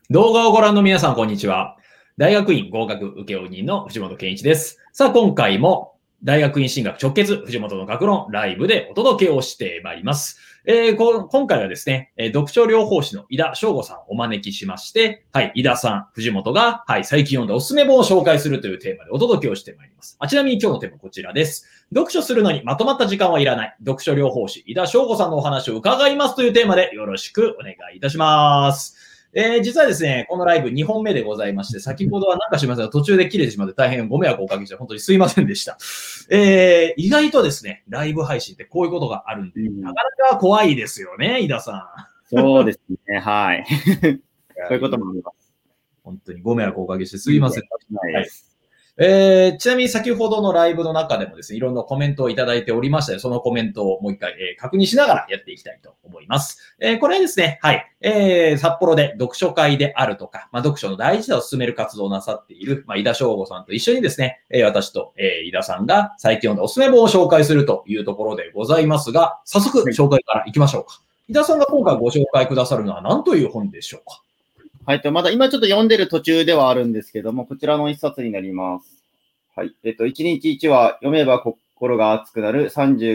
動画をご覧の皆さん、こんにちは。大学院合格請負人の藤本健一です。さあ、今回も大学院進学直結、藤本の学論ライブでお届けをしてまいります。今回はですね、読書療法士の井田翔吾さんをお招きしまして、はい、井田さん、藤本が、はい、最近読んだおすすめ本を紹介するというテーマでお届けをしてまいります。ちなみに今日のテーマはこちらです。読書するのにまとまった時間はいらない。読書療法士、井田翔吾さんのお話を伺いますというテーマでよろしくお願いいたします。実はですね、このライブ2本目でございまして、先ほどはなんかしませんが途中で切れてしまって大変ご迷惑をおかけして本当にすいませんでした。意外とですね、ライブ配信ってこういうことがあるんで、なかなか怖いですよね、井田さん。そうですね、はい。そういうこともあります。 本当にご迷惑をおかけしてすいません。 はい。 ちなみに先ほどのライブの中でもですね、いろんなコメントをいただいておりましたので、そのコメントをもう一回、確認しながらやっていきたいと思います。これはですね、はい、札幌で読書会であるとか、読書の大事さを進める活動をなさっている、井田翔吾さんと一緒にですね、私と、井田さんが最近読んだおすすめ本を紹介するというところでございますが、早速紹介からいきましょうか。井田さんが今回ご紹介くださるのは何という本でしょうか。 はい、まだ今ちょっと読んでる途中ではあるんですけども、こちらの一冊になります。はい。一日一話読めば心が熱くなる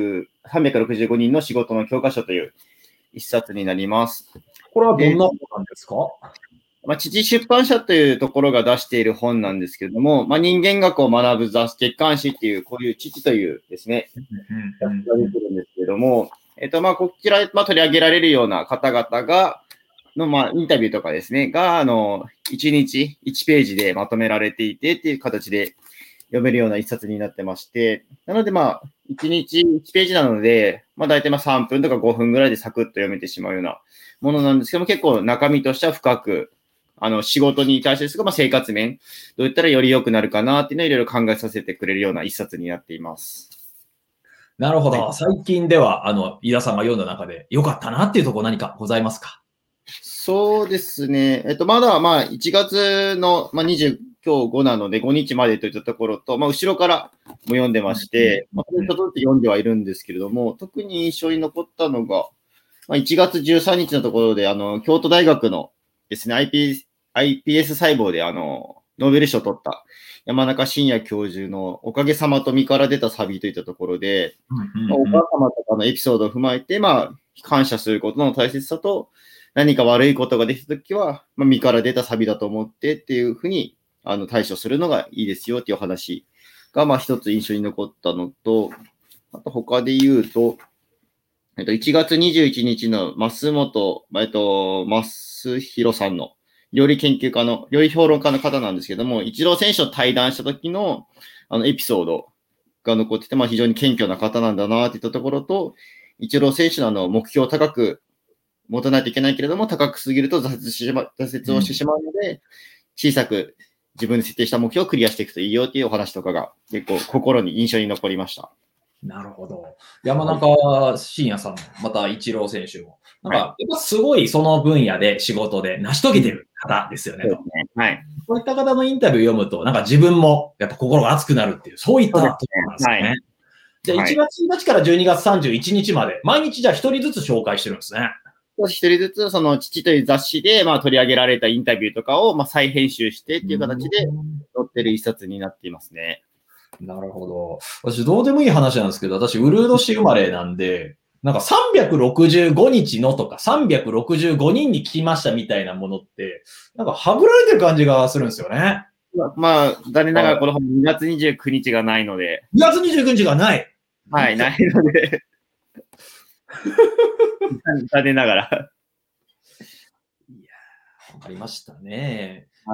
365人の仕事の教科書という一冊になります。 これはどんな本なんですか？ 父出版社というところが出している本なんですけれども、人間学を学ぶ月刊誌っていう、こういう父というですね、が出てるんですけれども、こちら、取り上げられるような方々が、インタビューとかですね、が、1日1ページでまとめられていてっていう形で読めるような一冊になってまして、なので1日1ページなので、大体3分とか5分ぐらいでサクッと読めてしまうようなものなんですけども、結構中身としては深く、仕事に対してですが、生活面、どういったらより良くなるかなっていうのをいろいろ考えさせてくれるような一冊になっています。 なるほど。はい、最近では、井田さんが読んだ中で良かったなっていうところ何かございますか？ そうですね。まだ1月の、20、今日5なので5日までといったところと、後ろからも読んでまして、ちょっとずつ読んではいるんですけれども、特に印象に残ったのが、1月13日のところで、京都大学のですね、iPS 細胞でノーベル賞を取った山中伸弥教授のおかげさまと身から出たサビといったところで、お母様とかのエピソードを踏まえて、感謝することの大切さと、何か悪いことができたときは、身から出たサビだと思ってっていうふうに対処するのがいいですよっていう話が、一つ印象に残ったのと、あと他で言うと、1月21日の増弘さんの料理研究家の、料理評論家の方なんですけども、イチロー選手と対談した時のエピソードが残ってて、非常に謙虚な方なんだなっていったところと、イチロー選手の目標を高く持たないといけないけれども、高くすぎると挫折をしてしまうので、小さく自分で設定した目標をクリアしていくといいよっていうお話とかが結構心に印象に残りました。 なるほど。山中伸弥さんも、またイチロー選手も、やっぱすごいその分野で仕事で成し遂げてる方ですよね。 そうですね。はい。 そういった方のインタビューを読むと、自分もやっぱ心が熱くなるっていう、そういったところなんですよね。じゃあ1月1日から12月31日まで、毎日じゃあ一人ずつ紹介してるんですね。 一人ずつ、その父という雑誌で、取り上げられたインタビューとかを、再編集してっていう形で載ってる一冊になっていますね。 なるほど。私、どうでもいい話なんですけど、私、ウルード氏生まれなんで、365日のとか、365人に聞きましたみたいなものって、はぶられてる感じがするんですよね。 残念ながらこの本2月29日がないので。 2月29日がない。 はい、ないので。残念ながら。 いやー、わかりましたね。はい、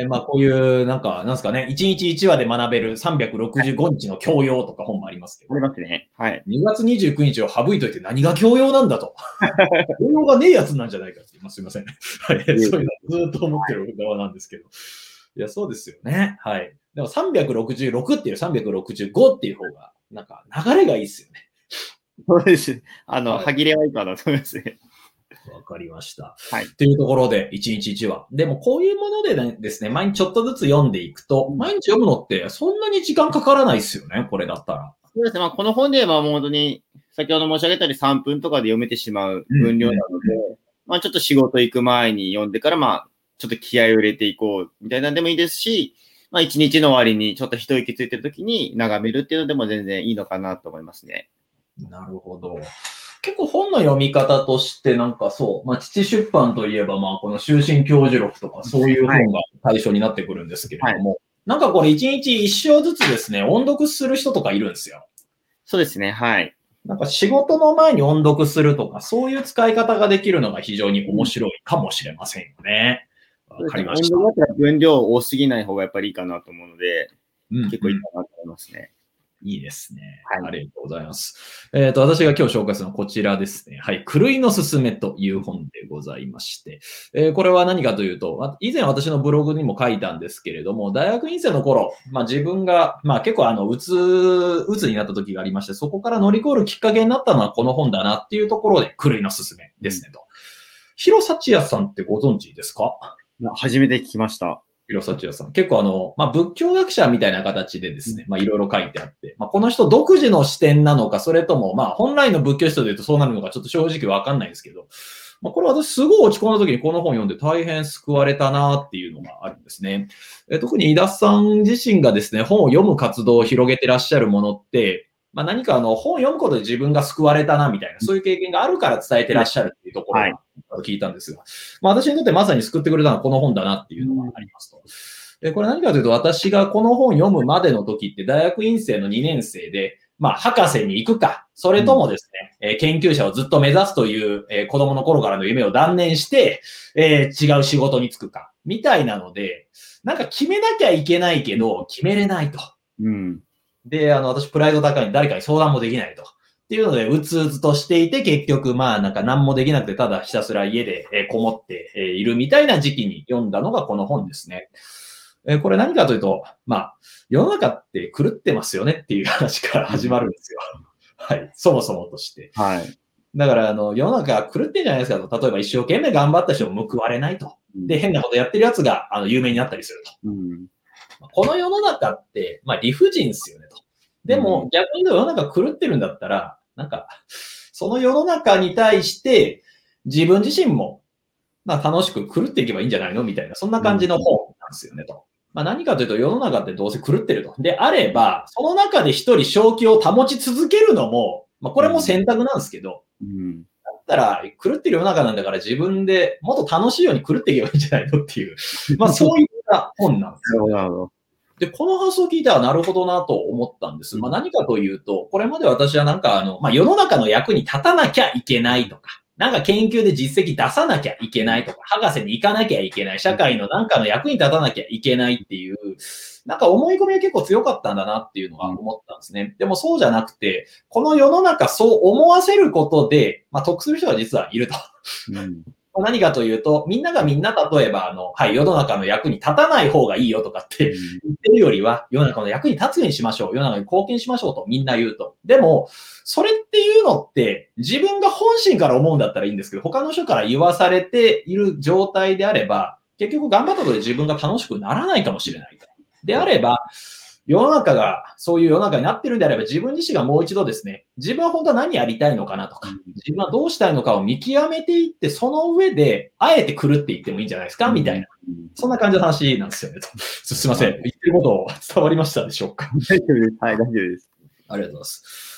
こういう、なんですかね、1日1話で学べる365日の教養とか本もありますけど。 ありますね。はい。 2月29日を省いといて何が教養なんだと。教養がねえやつなんじゃないかって。すいません。はい。そういうのずっと思ってる側なんですけど。いや、そうですよね。はい。でも366っていう365っていう方が、流れがいいですよね。 そうです。歯切れはいいかなと思いますね。 わかりました。 はい。 というところで、1日1話。でも、こういうものでですね、毎日ちょっとずつ読んでいくと、毎日読むのってそんなに時間かからないですよね、これだったら。 そうですね。この本ではもう本当に、先ほど申し上げたように3分とかで読めてしまう分量なので、ちょっと仕事行く前に読んでから、 ちょっと気合を入れていこうみたいなのでもいいですし、まあ一日の終わりにちょっと一息ついてる時に眺めるっていうのでも全然いいのかなと思いますね。 なるほど。結構本の読み方としてなんかそう、まあ父出版といえばまあこの終身教授録とかそういう本が対象になってくるんですけれども、なんかこれ一日一章ずつですね、音読する人とかいるんですよ。 そうですね、はい。 なんか仕事の前に音読するとか、そういう使い方ができるのが非常に面白いかもしれませんよね。わかりました。 音読だったら分量多すぎない方がやっぱりいいかなと思うので、結構いいかなと思いますね。 いいですね。 はい。 ありがとうございます。私が今日紹介するのはこちらですね。はい。狂いのすすめという本でございまして、これは何かというと、以前私のブログにも書いたんですけれども、大学院生の頃、まあ自分が、まあ結構うつになった時がありまして、そこから乗り越えるきっかけになったのはこの本だなっていうところで、狂いのすすめですねと。広幸也さんってご存知ですか？ 初めて聞きました。 広幸也さん。結構まあ、仏教学者みたいな形でですね、まあ、いろいろ書いてあって、まあ、この人独自の視点なのか、それとも、まあ、本来の仏教思想で言うとそうなるのか、ちょっと正直わかんないんですけど、まあ、これ私すごい落ち込んだ時にこの本読んで大変救われたなっていうのがあるんですね。特に井田さん自身がですね、本を読む活動を広げてらっしゃるものって、まあ、何か本を読むことで自分が救われたなみたいな、そういう経験があるから伝えてらっしゃるっていうところが聞いたんですが、まあ、私にとってまさに救ってくれたのはこの本だなっていうのがありますと。これ何かというと、私がこの本読むまでの時って大学院生の2年生で、まあ、博士に行くか、それともですね、研究者をずっと目指すという、子供の頃からの夢を断念して、違う仕事に就くか、みたいなので、なんか決めなきゃいけないけど、決めれないと。 うん。 で、私プライド高いんで誰かに相談もできないと。っていうので、うつうつとしていて、結局、まあ、なんか何もできなくて、ただひたすら家でこもっているみたいな時期に読んだのがこの本ですね。これ何かというと、まあ、世の中って狂ってますよねっていう話から始まるんですよ。はい。そもそもとして。 はい。 だから、世の中狂ってんじゃないですかと。例えば一生懸命頑張った人も報われないと。で、変なことやってるやつが、有名になったりすると。 うん、 この世の中って、まあ、理不尽ですよねと。でも、逆に言うと世の中狂ってるんだったら、なんか、その世の中に対して、自分自身も、まあ、楽しく狂っていけばいいんじゃないのみたいな、そんな感じの本なんですよねと。まあ、何かというと、世の中ってどうせ狂ってると。であれば、その中で一人正気を保ち続けるのも、まあ、これも選択なんですけど、だったら、狂ってる世の中なんだから自分でもっと楽しいように狂っていけばいいんじゃないのっていう、まあ、そういった本なんですよ。 なるほど。 で、この発想を聞いたらなるほどなと思ったんです。まあ、何かというと、これまで私はなんかまあ、世の中の役に立たなきゃいけないとか、なんか研究で実績出さなきゃいけないとか、博士に行かなきゃいけない、社会のなんかの役に立たなきゃいけないっていう、なんか思い込みが結構強かったんだなっていうのが思ったんですね。でもそうじゃなくて、この世の中そう思わせることで、まあ、得する人が実はいると。何かというと、みんながみんな例えば、はい、世の中の役に立たない方がいいよとかって言ってるよりは、世の中の役に立つようにしましょう。世の中に貢献しましょうとみんな言うと。でも、それっていうのって、自分が本心から思うんだったらいいんですけど、他の人から言わされている状態であれば、結局頑張ったことで自分が楽しくならないかもしれない。であれば、世の中がそういう世の中になってるんであれば、自分自身がもう一度ですね、自分は本当は何やりたいのかなとか、自分はどうしたいのかを見極めていって、その上で、あえて狂っていってもいいんじゃないですかみたいな。そんな感じの話なんですよね。すいません。言ってること伝わりましたでしょうか？ 大丈夫です。はい、大丈夫です。 ありがとうございます。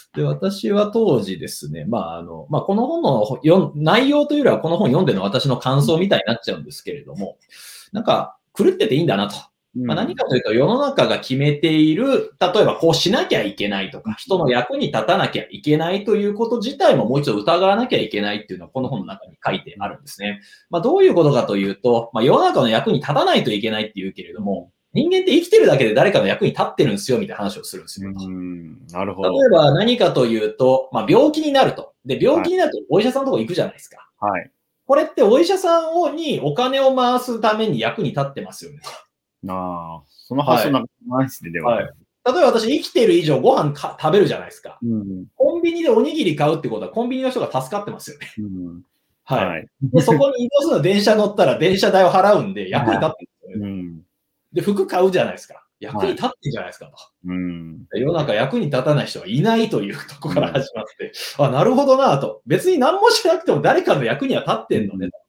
で、私は当時ですね、まあ、この本の内容というよりは、この本読んでの私の感想みたいになっちゃうんですけれども、なんか、狂ってていいんだなと。まあ、何かというと、世の中が決めている、例えばこうしなきゃいけないとか、人の役に立たなきゃいけないということ自体ももう一度疑わなきゃいけないっていうのは、この本の中に書いてあるんですね。まあ、どういうことかというと、まあ、世の中の役に立たないといけないっていうけれども、人間って生きてるだけで誰かの役に立ってるんですよ、みたいな話をするんですよ。 なるほど。 例えば何かというと、まあ、病気になると。で、病気になるとお医者さんのとこ行くじゃないですか。 はい。 これってお医者さんにお金を回すために役に立ってますよね。 ああ、その発想なんかないですね、でも。 はい。例えば私生きてる以上ご飯食べるじゃないですか。コンビニでおにぎり買うってことはコンビニの人が助かってますよね。はい。で、そこに移動するの電車乗ったら電車代を払うんで役に立ってるんですよね。で、服買うじゃないですか。役に立ってんじゃないですかと。世の中役に立たない人はいないというところから始まって、あ、なるほどなと。別に何もしなくても誰かの役には立ってんのねと。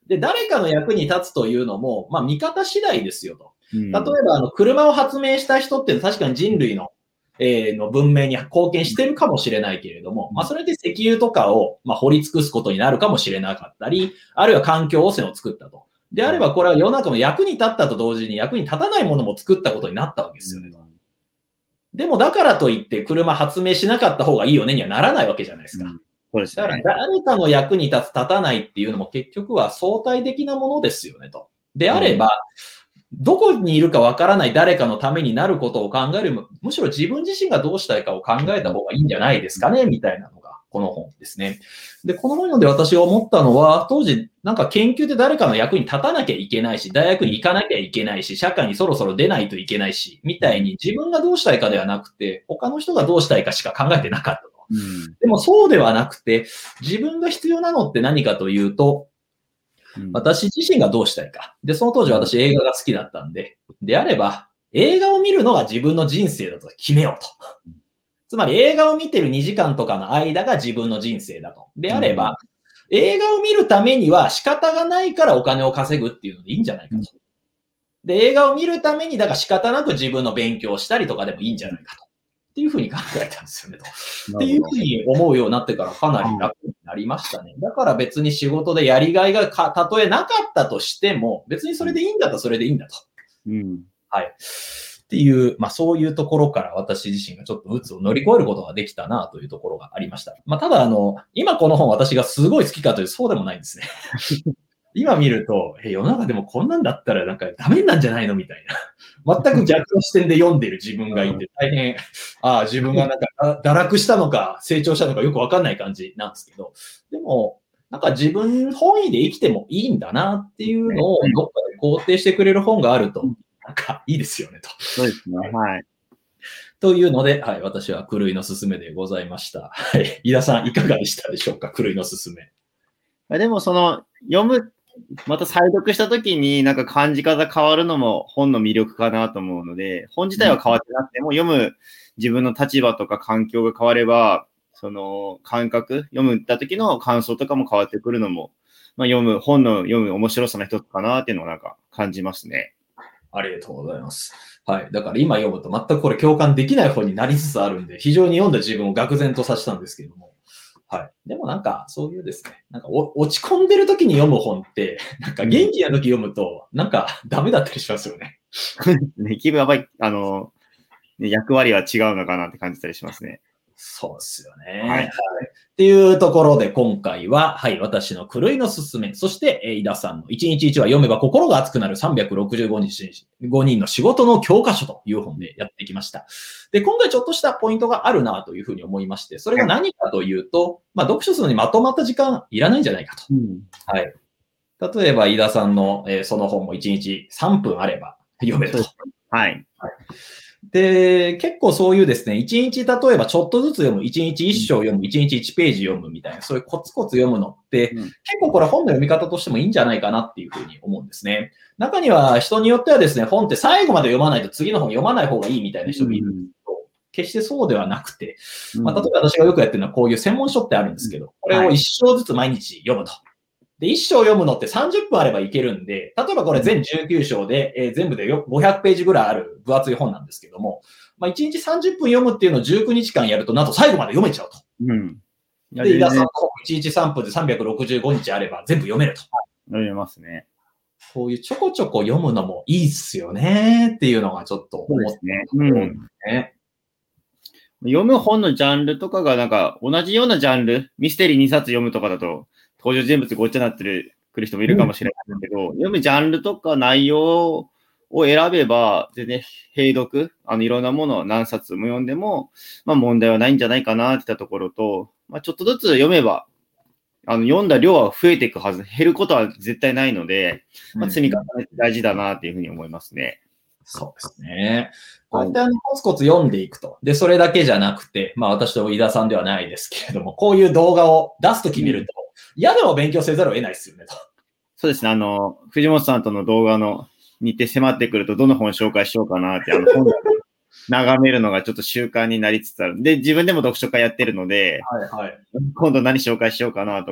で、誰かの役に立つというのも、まあ、見方次第ですよと。 うん、 例えば、車を発明した人って確かに人類の、の文明に貢献してるかもしれないけれども、まあ、それで石油とかを、まあ、掘り尽くすことになるかもしれなかったり、あるいは環境汚染を作ったと。であれば、これは世の中の役に立ったと同時に役に立たないものも作ったことになったわけですよね。でも、だからといって車発明しなかった方がいいよねにはならないわけじゃないですか。 そうですね。 だから誰かの役に立つ、立たないっていうのも結局は相対的なものですよねと。であれば、どこにいるかわからない誰かのためになることを考える、むしろ自分自身がどうしたいかを考えた方がいいんじゃないですかね、みたいなのがこの本ですね。で、この本読んで私が思ったのは、当時なんか研究で誰かの役に立たなきゃいけないし、大学に行かなきゃいけないし、社会にそろそろ出ないといけないし、みたいに自分がどうしたいかではなくて、他の人がどうしたいかしか考えてなかったと。でもそうではなくて、自分が必要なのって何かというと、私自身がどうしたいか。で、その当時私映画が好きだったんで、であれば、映画を見るのが自分の人生だと決めようと。つまり映画を見てる2時間とかの間が自分の人生だと。であれば、映画を見るためには仕方がないからお金を稼ぐっていうのでいいんじゃないかと。で、映画を見るために、だから仕方なく自分の勉強をしたりとかでもいいんじゃないかと。っていうふうに考えたんですよねと。っていうふうに思うようになってからかなり楽になりましたね。だから別に仕事でやりがいがたとえなかったとしても、別にそれでいいんだとそれでいいんだと。はい。っていう、まあそういうところから私自身がちょっと鬱を乗り越えることができたなというところがありました。まあただ今この本私がすごい好きかというとそうでもないんですね。今見ると、世の中でもこんなんだったらなんかダメなんじゃないのみたいな。全く逆の視点で読んでる自分がいて、大変、自分がなんか堕落したのか成長したのかよくわかんない感じなんですけど、でも、なんか自分本位で生きてもいいんだなっていうのをどっかで肯定してくれる本があると、なんかいいですよねと。 そうですね。はい。 というので、はい、私は狂いのすすめでございました。はい。井田さんいかがでしたでしょうか、狂いのすすめ。 でもまた再読したときになんか感じ方変わるのも本の魅力かなと思うので、本自体は変わってなくても、読む自分の立場とか環境が変われば、その感覚、読むった時の感想とかも変わってくるのも、まあ、本の読む面白さの一つかなっていうのをなんか感じますね。 ありがとうございます。はい。だから今読むと全くこれ共感できない本になりつつあるんで、非常に読んだ自分を愕然とさせたんですけども。はい。でもなんか、そういうですね、なんか落ち込んでる時に読む本って、なんか元気な時読むと、なんかダメだったりしますよね。 気分はやっぱり、役割は違うのかなって感じたりしますね。 そうですよね。 はい。 っていうところで今回は、はい、私の狂いのすすめ、そして、井田さんの1日1話読めば心が熱くなる365日5人の仕事の教科書という本でやってきました。で、今回ちょっとしたポイントがあるなというふうに思いまして、それが何かというと、まあ、読書するのにまとまった時間いらないんじゃないかと。はい。例えば、井田さんの、その本も1日3分あれば読めると。 はい。 で、結構そういうですね、1日例えばちょっとずつ読む、1日1章読む、1日1ページ読むみたいな、そういうコツコツ読むのって、結構これ本の読み方としてもいいんじゃないかなっていうふうに思うんですね。中には人によってはですね、本って最後まで読まないと次の本読まない方がいいみたいな人もいるんですけど、決してそうではなくて、まあ、例えば私がよくやってるのはこういう専門書ってあるんですけど、これを1章ずつ毎日読むと。で、1章読むのって30分あればいけるんで、例えばこれ全19章で、全部で500ページぐらいある分厚い本なんですけども、まあ、1日30分読むっていうのを19日間やると、なんと最後まで読めちゃうと。で、井田さんの本1日3分で365日あれば全部読めると。 読めますね。 こういうちょこちょこ読むのもいいっすよねっていうのがちょっと思ってね。 読む本のジャンルとかがなんか同じようなジャンル、ミステリー2冊読むとかだと、登場人物ごっちゃになってくる人もいるかもしれないけど、読むジャンルとか内容を選べば、全然併読、いろんなものを何冊も読んでも、まあ問題はないんじゃないかなって言ったところと、まあちょっとずつ読めば、読んだ量は増えていくはず、減ることは絶対ないので、まあ積み重ねて大事だなっていうふうに思いますね。 そうですね。こうやってコツコツ読んでいくと。で、それだけじゃなくて、まあ私と井田さんではないですけれども、こういう動画を出すと決めると、嫌でも勉強せざるを得ないですよねと。 そうですね。藤本さんとの動画の日程迫ってくると、どの本紹介しようかなって、本眺めるのがちょっと習慣になりつつある。で、自分でも読書会やってるので、今度何紹介しようかなとか、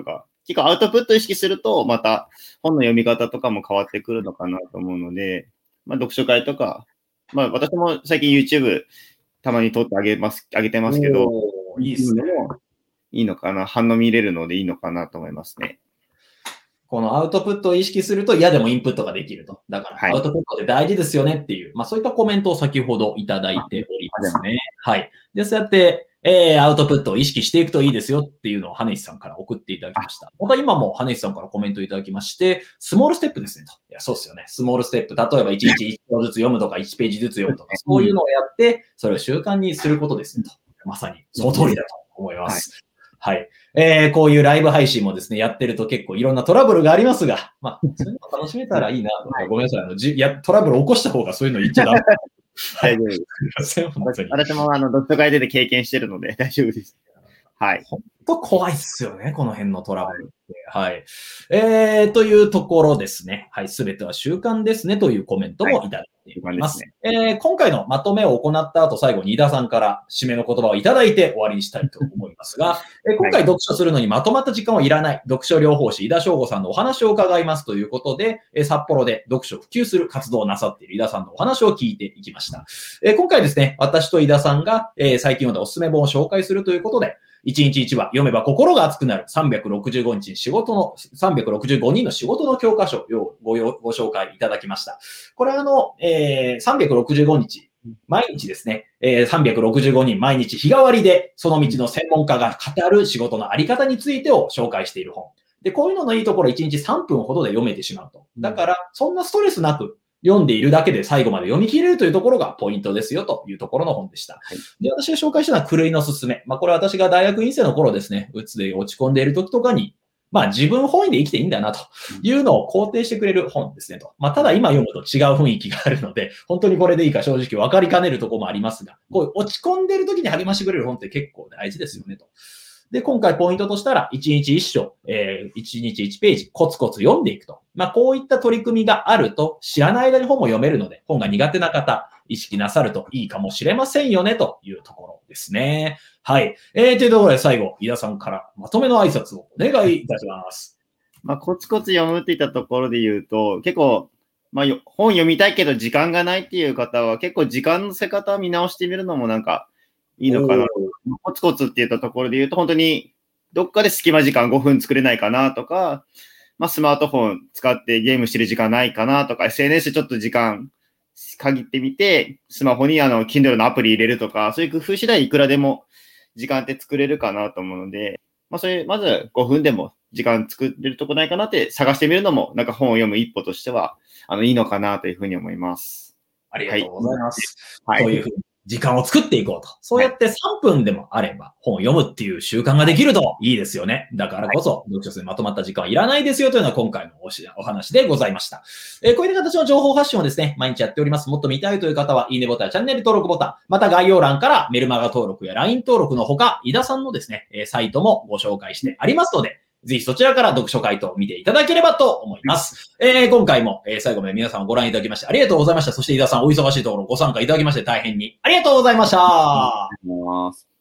結構アウトプット意識すると、また本の読み方とかも変わってくるのかなと思うので、まあ、読書会とか、まあ、私も最近 YouTube たまに撮ってあげてますけど、 いいですね。 いいのかな、反応見れるのでいいのかなと思いますね。 このアウトプットを意識すると嫌でもインプットができると。だからアウトプットで大事ですよねっていう、まあそういったコメントを先ほどいただいておりますね。はい。で、そうやって、アウトプットを意識していくといいですよっていうのを羽根さんから送っていただきました。また今も羽根さんからコメントいただきまして、スモールステップですねと。いや、そうですよね。スモールステップ。例えば1日1個ずつ読むとか1ページずつ読むとか、そういうのをやって、それを習慣にすることですねと。まさにその通りだと思います。はい。こういうライブ配信もですね、やってると結構いろんなトラブルがありますが、まあ、そういうのを楽しめたらいいなと。ごめんなさい。トラブル起こした方がそういうの言っちゃダメ。 大丈夫です。私も読書会で経験してるので大丈夫です。はい。 本当怖いっすよね、この辺のトラブルって。はい。というところですね。はい。すべては習慣ですねというコメントもいただいております。今回のまとめを行った後、最後に井田さんから締めの言葉をいただいて終わりにしたいと思いますが、今回読書するのにまとまった時間はいらない、読書療法士井田翔吾さんのお話を伺いますということで、札幌で読書を普及する活動をなさっている井田さんのお話を聞いていきました。今回ですね、私と井田さんが、最近読んだおすすめ本を紹介するということで、1日1話読めば心が熱くなる365人の仕事の教科書をご紹介いただきました。これは365日、毎日ですね、365人毎日日替わりでその道の専門家が語る仕事のあり方についてを紹介している本。で、こういうののいいところ1日3分ほどで読めてしまうと。だから、そんなストレスなく読んでいるだけで最後まで読み切れるというところがポイントですよというところの本でした。はい、で、私が紹介したのは狂いのすすめ。まあ、これは私が大学院生の頃ですね、うつで落ち込んでいる時とかに、まあ自分本位で生きていいんだなというのを肯定してくれる本ですねと。まあただ今読むと違う雰囲気があるので、本当にこれでいいか正直分かりかねるところもありますが、こういう落ち込んでいる時に励ましてくれる本って結構大事ですよねと。で、今回ポイントとしたら、1日1章、1日1ページ、コツコツ読んでいくと。まあ、こういった取り組みがあると、知らない間に本も読めるので、本が苦手な方、意識なさるといいかもしれませんよね、というところですね。はい。というところで最後、井田さんからまとめの挨拶をお願いいたします。 まあ、コツコツ読むっていったところで言うと、結構、まあ、本読みたいけど時間がないっていう方は、結構時間のせ方を見直してみるのもなんか、いいのかな。コツコツって言ったところで言うと、本当にどっかで隙間時間5分作れないかなとか、まあスマートフォン使ってゲームしてる時間ないかなとか、SNS ちょっと時間限ってみて、スマホにKindle のアプリ入れるとか、そういう工夫次第いくらでも時間って作れるかなと思うので、まあそういう、まず5分でも時間作れるとこないかなって探してみるのも、なんか本を読む一歩としては、いいのかなというふうに思います。 ありがとうございます。はい。そういうふうに時間を作っていこうと。そうやって3分でもあれば本を読むっていう習慣ができるといいですよね。だからこそ、読書するまとまった時間はいらないですよというのは今回のお話でございました。こういう形の情報発信をですね、毎日やっております。もっと見たいという方は、いいねボタンやチャンネル登録ボタン、また概要欄からメルマガ登録や LINE 登録のほか、井田さんのですね、サイトもご紹介してありますので、ぜひそちらから読書回答を見ていただければと思います。今回も、最後まで皆さんご覧いただきましてありがとうございました。そして井田さんお忙しいところご参加いただきまして大変にありがとうございました。